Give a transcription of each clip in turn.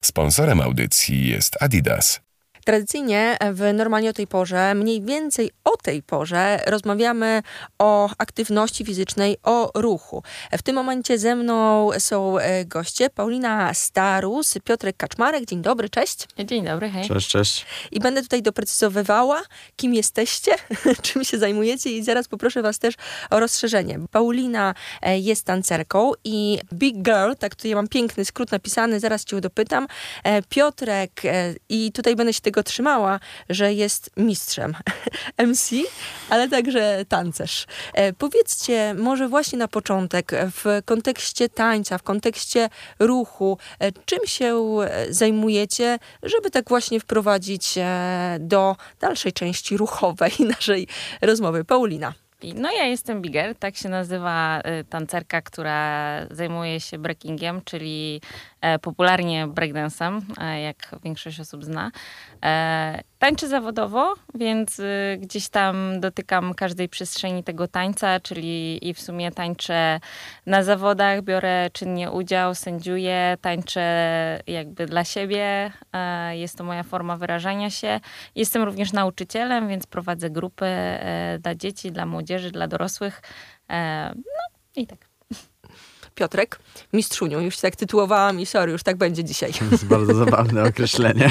Sponsorem audycji jest Adidas. Tradycyjnie normalnie o tej porze, mniej więcej o tej porze rozmawiamy o aktywności fizycznej, o ruchu. W tym momencie ze mną są goście Paulina Starus, Piotrek Kaczmarek. Dzień dobry, cześć. Dzień dobry, hej. Cześć. I będę tutaj doprecyzowywała, kim jesteście, czym się zajmujecie i zaraz poproszę was też o rozszerzenie. Paulina jest tancerką i Big Girl, tak tutaj mam piękny skrót napisany, zaraz cię dopytam. Piotrek, i tutaj będę się tego trzymała, że jest mistrzem MC, ale także tancerz. Powiedzcie może właśnie na początek, w kontekście tańca, w kontekście ruchu, czym się zajmujecie, żeby tak właśnie wprowadzić do dalszej części ruchowej naszej rozmowy. Paulina. No ja jestem Bigger, tak się nazywa tancerka, która zajmuje się breakingiem, czyli popularnie breakdance'em, jak większość osób zna. Tańczę zawodowo, więc gdzieś tam dotykam każdej przestrzeni tego tańca, czyli i w sumie tańczę na zawodach, biorę czynnie udział, sędziuję, tańczę jakby dla siebie. Jest to moja forma wyrażania się. Jestem również nauczycielem, więc prowadzę grupy dla dzieci, dla młodzieży, dla dorosłych. No i tak. Piotrek, mistrzunią. Już się tak tytułowałam i sorry, już tak będzie dzisiaj. To jest bardzo zabawne określenie.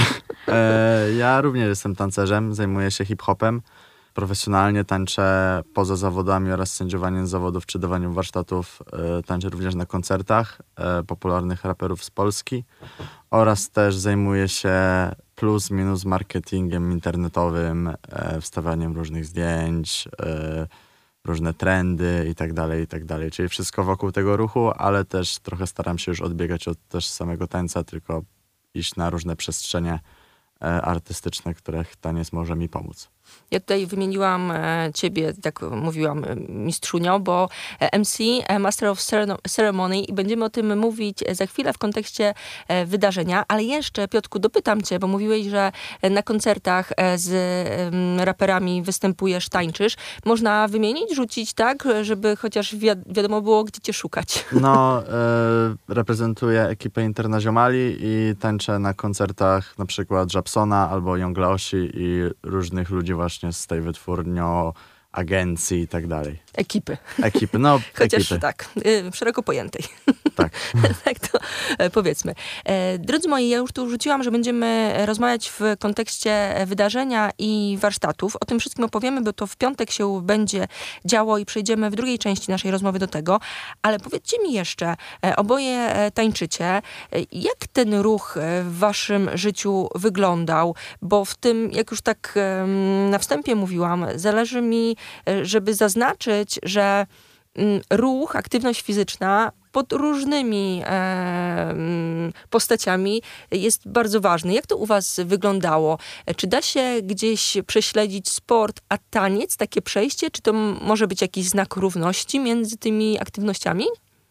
Ja również jestem tancerzem, zajmuję się hip-hopem. Profesjonalnie tańczę poza zawodami oraz sędziowaniem zawodów czy dawaniem warsztatów. Tańczę również na koncertach popularnych raperów z Polski oraz też zajmuję się plus minus marketingiem internetowym, wstawianiem różnych zdjęć, różne trendy i tak dalej, czyli wszystko wokół tego ruchu, ale też trochę staram się już odbiegać od też samego tańca, tylko iść na różne przestrzenie artystyczne, których taniec może mi pomóc. Ja tutaj wymieniłam ciebie, tak mówiłam, mistrzunią, bo MC, Master of Ceremony i będziemy o tym mówić za chwilę w kontekście wydarzenia, ale jeszcze, Piotrku, dopytam cię, bo mówiłeś, że na koncertach z raperami występujesz, tańczysz. Można wymienić, rzucić tak, żeby chociaż wiadomo było, gdzie cię szukać? No, reprezentuję ekipę Interna Ziomali i tańczę na koncertach na przykład Japsona albo Young Laosi i różnych ludzi właśnie z tej wytwórnio, agencji i tak dalej. Ekipy, Chociaż ekipy. Tak, szeroko pojętej. Tak. Tak to powiedzmy. Drodzy moi, ja już tu rzuciłam, że będziemy rozmawiać w kontekście wydarzenia i warsztatów. O tym wszystkim opowiemy, bo to w piątek się będzie działo i przejdziemy w drugiej części naszej rozmowy do tego. Ale powiedzcie mi jeszcze, oboje tańczycie, jak ten ruch w waszym życiu wyglądał? Bo w tym, jak już tak na wstępie mówiłam, zależy mi, żeby zaznaczyć, że ruch, aktywność fizyczna pod różnymi postaciami jest bardzo ważny. Jak to u was wyglądało? Czy da się gdzieś prześledzić sport, a taniec, takie przejście? Czy to może być jakiś znak równości między tymi aktywnościami?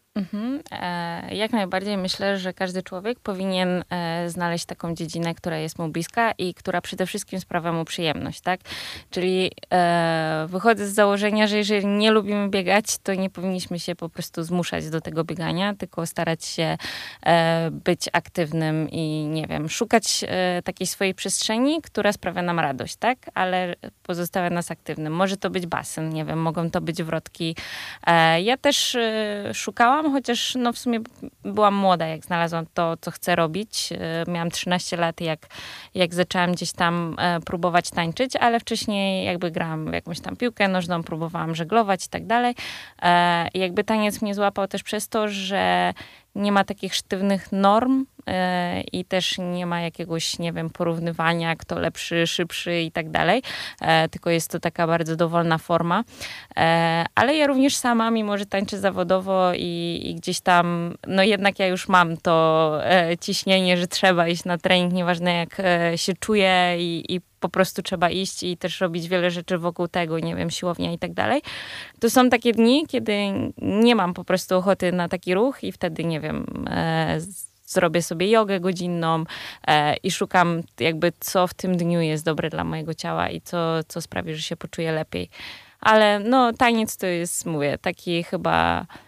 Jak najbardziej myślę, że każdy człowiek powinien znaleźć taką dziedzinę, która jest mu bliska i która przede wszystkim sprawia mu przyjemność, tak? Czyli wychodzę z założenia, że jeżeli nie lubimy biegać, to nie powinniśmy się po prostu zmuszać do tego biegania, tylko starać się być aktywnym i nie wiem, szukać takiej swojej przestrzeni, która sprawia nam radość, tak? Ale pozostawia nas aktywnym. Może to być basen, nie wiem, mogą to być wrotki. Ja też szukałam, chociaż no w sumie byłam młoda, jak znalazłam to, co chcę robić. Miałam 13 lat, jak zaczęłam gdzieś tam próbować tańczyć, ale wcześniej jakby grałam w jakąś tam piłkę nożną, próbowałam żeglować i tak dalej. I jakby taniec mnie złapał też przez to, że nie ma takich sztywnych norm i też nie ma jakiegoś, nie wiem, porównywania, kto lepszy, szybszy i tak dalej. Tylko jest to taka bardzo dowolna forma. Ale ja również sama, mimo że tańczę zawodowo i gdzieś tam, no jednak ja już mam to ciśnienie, że trzeba iść na trening, nieważne jak się czuję i po prostu trzeba iść i też robić wiele rzeczy wokół tego, nie wiem, siłownia i tak dalej. To są takie dni, kiedy nie mam po prostu ochoty na taki ruch i wtedy, nie wiem, zrobię sobie jogę godzinną i szukam jakby, co w tym dniu jest dobre dla mojego ciała i co sprawi, że się poczuję lepiej. Ale no, taniec to jest, mówię, taki chyba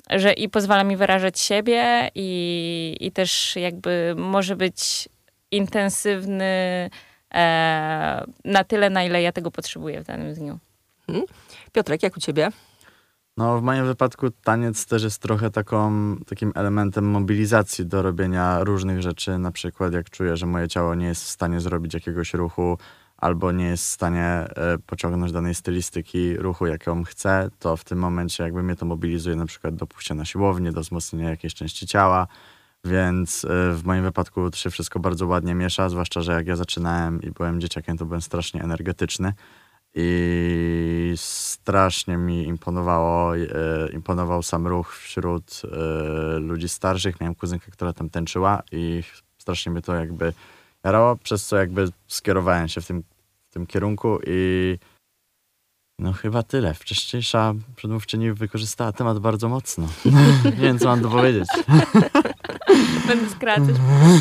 że i pozwala mi wyrażać siebie i też jakby może być intensywny na tyle, na ile ja tego potrzebuję w danym dniu. Piotrek, jak u ciebie? No w moim wypadku taniec też jest trochę takim elementem mobilizacji do robienia różnych rzeczy. Na przykład jak czuję, że moje ciało nie jest w stanie zrobić jakiegoś ruchu albo nie jest w stanie pociągnąć danej stylistyki ruchu, jaką chcę, to w tym momencie jakby mnie to mobilizuje na przykład do pójścia na siłownię, do wzmocnienia jakiejś części ciała. Więc w moim wypadku to się wszystko bardzo ładnie miesza, zwłaszcza, że jak ja zaczynałem i byłem dzieciakiem, to byłem strasznie energetyczny i strasznie mi imponował sam ruch wśród ludzi starszych. Miałem kuzynkę, która tam tańczyła i strasznie mnie to jakby jarało, przez co jakby skierowałem się w tym kierunku i no chyba tyle. Wcześniejsza przedmówczyni wykorzystała temat bardzo mocno. Nie wiem, co mam tu powiedzieć. Będę skracać.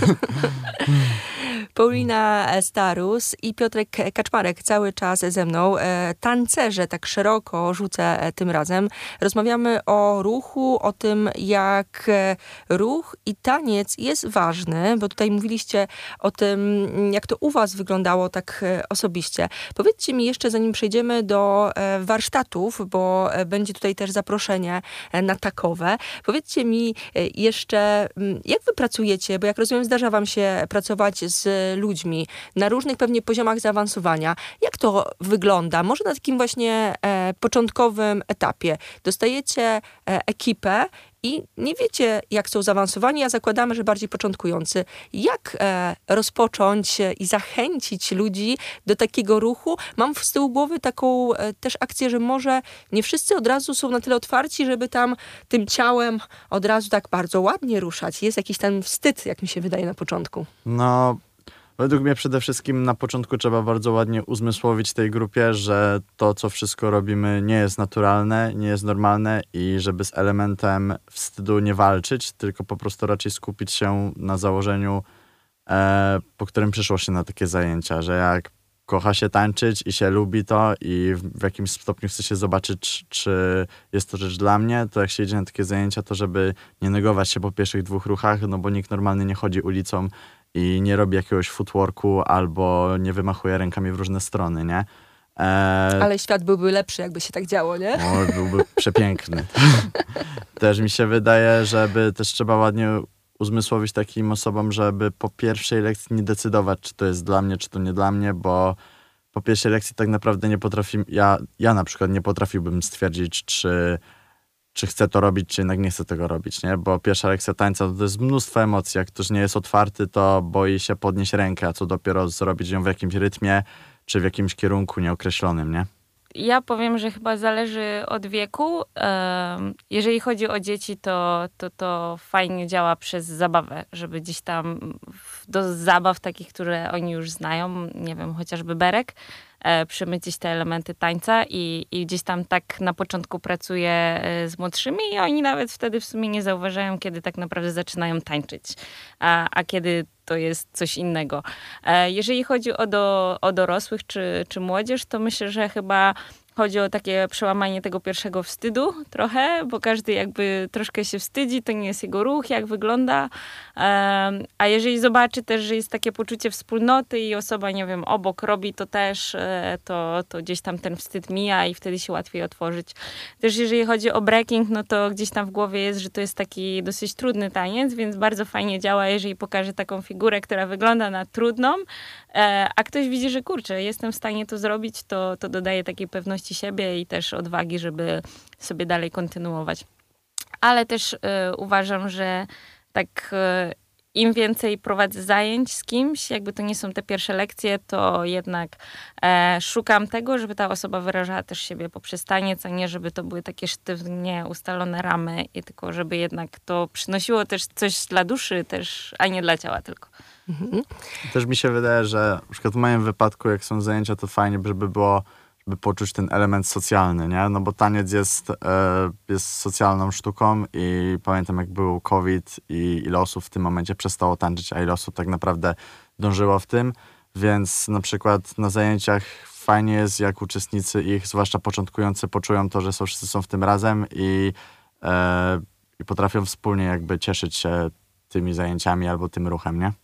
Paulina Starus i Piotrek Kaczmarek cały czas ze mną. Tancerze, tak szeroko rzucę tym razem. Rozmawiamy o ruchu, o tym, jak ruch i taniec jest ważny, bo tutaj mówiliście o tym, jak to u was wyglądało tak osobiście. Powiedzcie mi jeszcze, zanim przejdziemy do warsztatów, bo będzie tutaj też zaproszenie na takowe. Powiedzcie mi jeszcze, jak wy pracujecie, bo jak rozumiem, zdarza wam się pracować z ludźmi na różnych pewnie poziomach zaawansowania. Jak to wygląda? Może na takim właśnie początkowym etapie. Dostajecie ekipę i nie wiecie, jak są zaawansowani, a zakładamy, że bardziej początkujący. Jak rozpocząć i zachęcić ludzi do takiego ruchu? Mam z tyłu głowy taką też akcję, że może nie wszyscy od razu są na tyle otwarci, żeby tam tym ciałem od razu tak bardzo ładnie ruszać. Jest jakiś tam wstyd, jak mi się wydaje na początku. No, według mnie przede wszystkim na początku trzeba bardzo ładnie uzmysłowić tej grupie, że to, co wszystko robimy, nie jest naturalne, nie jest normalne i żeby z elementem wstydu nie walczyć, tylko po prostu raczej skupić się na założeniu, po którym przyszło się na takie zajęcia, że jak kocha się tańczyć i się lubi to i w jakimś stopniu chce się zobaczyć, czy jest to rzecz dla mnie, to jak się idzie na takie zajęcia, to żeby nie negować się po pierwszych 2 ruchach, no bo nikt normalny nie chodzi ulicą i nie robi jakiegoś footworku albo nie wymachuje rękami w różne strony, nie? Ale świat byłby lepszy, jakby się tak działo, nie? O, byłby przepiękny. Też mi się wydaje, żeby też trzeba ładnie uzmysłowić takim osobom, żeby po pierwszej lekcji nie decydować, czy to jest dla mnie, czy to nie dla mnie, bo po pierwszej lekcji tak naprawdę nie potrafi, ja na przykład nie potrafiłbym stwierdzić, czy chcę to robić, czy jednak nie chcę tego robić, nie? Bo pierwsza lekcja tańca to jest mnóstwo emocji. Jak ktoś nie jest otwarty, to boi się podnieść rękę, a co dopiero zrobić ją w jakimś rytmie, czy w jakimś kierunku nieokreślonym, nie? Ja powiem, że chyba zależy od wieku. Jeżeli chodzi o dzieci, to fajnie działa przez zabawę, żeby gdzieś tam do zabaw takich, które oni już znają, nie wiem, chociażby berek, przemycić te elementy tańca i gdzieś tam tak na początku pracuję z młodszymi i oni nawet wtedy w sumie nie zauważają, kiedy tak naprawdę zaczynają tańczyć, a kiedy to jest coś innego. Jeżeli chodzi o dorosłych czy młodzież, to myślę, że chyba chodzi o takie przełamanie tego pierwszego wstydu trochę, bo każdy jakby troszkę się wstydzi, to nie jest jego ruch, jak wygląda. A jeżeli zobaczy też, że jest takie poczucie wspólnoty i osoba, nie wiem, obok robi to też, to gdzieś tam ten wstyd mija i wtedy się łatwiej otworzyć. Też jeżeli chodzi o breaking, no to gdzieś tam w głowie jest, że to jest taki dosyć trudny taniec, więc bardzo fajnie działa, jeżeli pokaże taką figurę, która wygląda na trudną, a ktoś widzi, że kurczę, jestem w stanie to zrobić, to dodaje takiej pewności siebie i też odwagi, żeby sobie dalej kontynuować. Ale też uważam, że tak im więcej prowadzę zajęć z kimś, jakby to nie są te pierwsze lekcje, to jednak szukam tego, żeby ta osoba wyrażała też siebie poprzez taniec, a nie żeby to były takie sztywnie ustalone ramy, i tylko żeby jednak to przynosiło też coś dla duszy też, a nie dla ciała tylko. Mhm. Też mi się wydaje, że na przykład w moim wypadku, jak są zajęcia, to fajnie, żeby było, żeby poczuć ten element socjalny, nie? No bo taniec jest socjalną sztuką i pamiętam, jak był COVID i ile osób w tym momencie przestało tańczyć, a ile osób tak naprawdę dążyło w tym, więc na przykład na zajęciach fajnie jest, jak uczestnicy ich, zwłaszcza początkujący, poczują to, że wszyscy są w tym razem i potrafią wspólnie jakby cieszyć się tymi zajęciami albo tym ruchem, nie?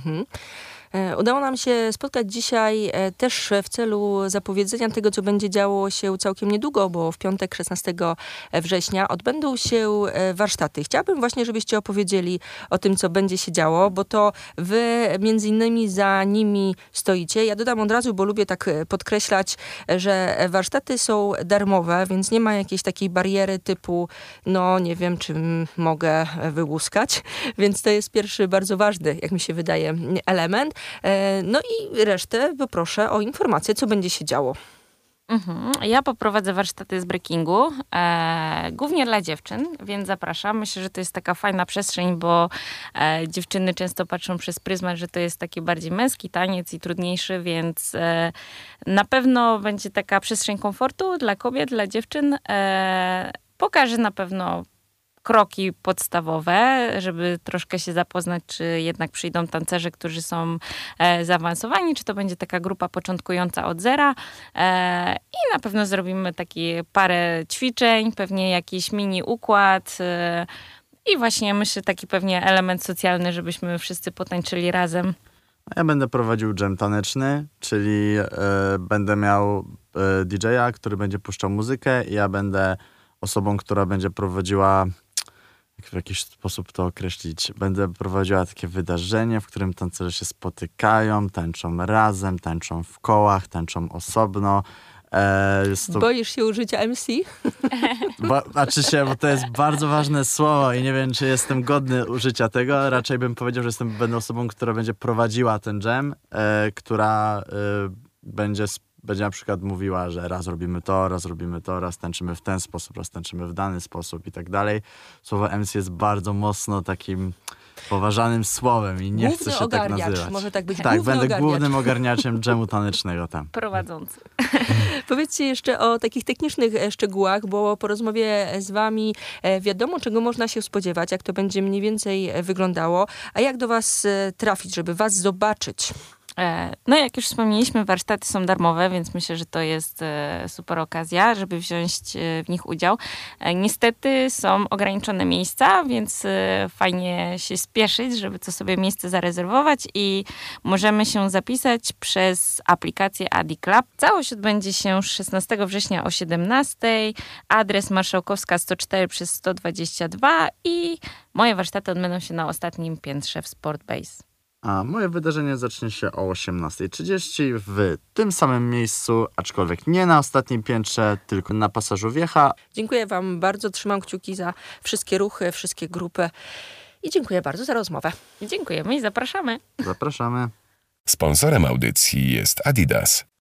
Udało nam się spotkać dzisiaj też w celu zapowiedzenia tego, co będzie działo się całkiem niedługo, bo w piątek 16 września odbędą się warsztaty. Chciałabym właśnie, żebyście opowiedzieli o tym, co będzie się działo, bo to wy między innymi za nimi stoicie. Ja dodam od razu, bo lubię tak podkreślać, że warsztaty są darmowe, więc nie ma jakiejś takiej bariery typu, no nie wiem, czym mogę wyłuskać, więc to jest pierwszy bardzo ważny, jak mi się wydaje, element. No i resztę poproszę o informację, co będzie się działo. Ja poprowadzę warsztaty z breakingu, głównie dla dziewczyn, więc zapraszam. Myślę, że to jest taka fajna przestrzeń, bo dziewczyny często patrzą przez pryzmat, że to jest taki bardziej męski taniec i trudniejszy, więc na pewno będzie taka przestrzeń komfortu dla kobiet, dla dziewczyn. Pokażę na pewno kroki podstawowe, żeby troszkę się zapoznać, czy jednak przyjdą tancerze, którzy są zaawansowani, czy to będzie taka grupa początkująca od zera. I na pewno zrobimy takie parę ćwiczeń, pewnie jakiś mini układ i właśnie myślę taki pewnie element socjalny, żebyśmy wszyscy potańczyli razem. Ja będę prowadził dżem taneczny, czyli będę miał DJ-a, który będzie puszczał muzykę i ja będę osobą, która będzie prowadziła, jak w jakiś sposób to określić, będę prowadziła takie wydarzenie, w którym tancerze się spotykają, tańczą razem, tańczą w kołach, tańczą osobno. Boisz się użycia MC? Bo to jest bardzo ważne słowo i nie wiem, czy jestem godny użycia tego. Raczej bym powiedział, że będę osobą, która będzie prowadziła ten dżem, która będzie na przykład mówiła, że raz robimy to, raz tańczymy w ten sposób, raz tańczymy w dany sposób i tak dalej. Słowo MC jest bardzo mocno takim poważanym słowem i nie chcę się tak nazywać. Może tak być. Tak, będę głównym ogarniaczem dżemu tanecznego tam. Prowadzący. Powiedzcie jeszcze o takich technicznych szczegółach, bo po rozmowie z wami wiadomo, czego można się spodziewać, jak to będzie mniej więcej wyglądało, a jak do was trafić, żeby was zobaczyć. No jak już wspomnieliśmy, warsztaty są darmowe, więc myślę, że to jest super okazja, żeby wziąć w nich udział. Niestety są ograniczone miejsca, więc fajnie się spieszyć, żeby to sobie miejsce zarezerwować i możemy się zapisać przez aplikację Adi Club. Całość odbędzie się 16 września o 17:00, adres Marszałkowska 104 przez 122 i moje warsztaty odbędą się na ostatnim piętrze w Sportbase. A moje wydarzenie zacznie się o 18:30 w tym samym miejscu, aczkolwiek nie na ostatnim piętrze, tylko na pasażu Wiecha. Dziękuję wam bardzo, trzymam kciuki za wszystkie ruchy, wszystkie grupy i dziękuję bardzo za rozmowę. Dziękujemy i zapraszamy. Zapraszamy. Sponsorem audycji jest Adidas.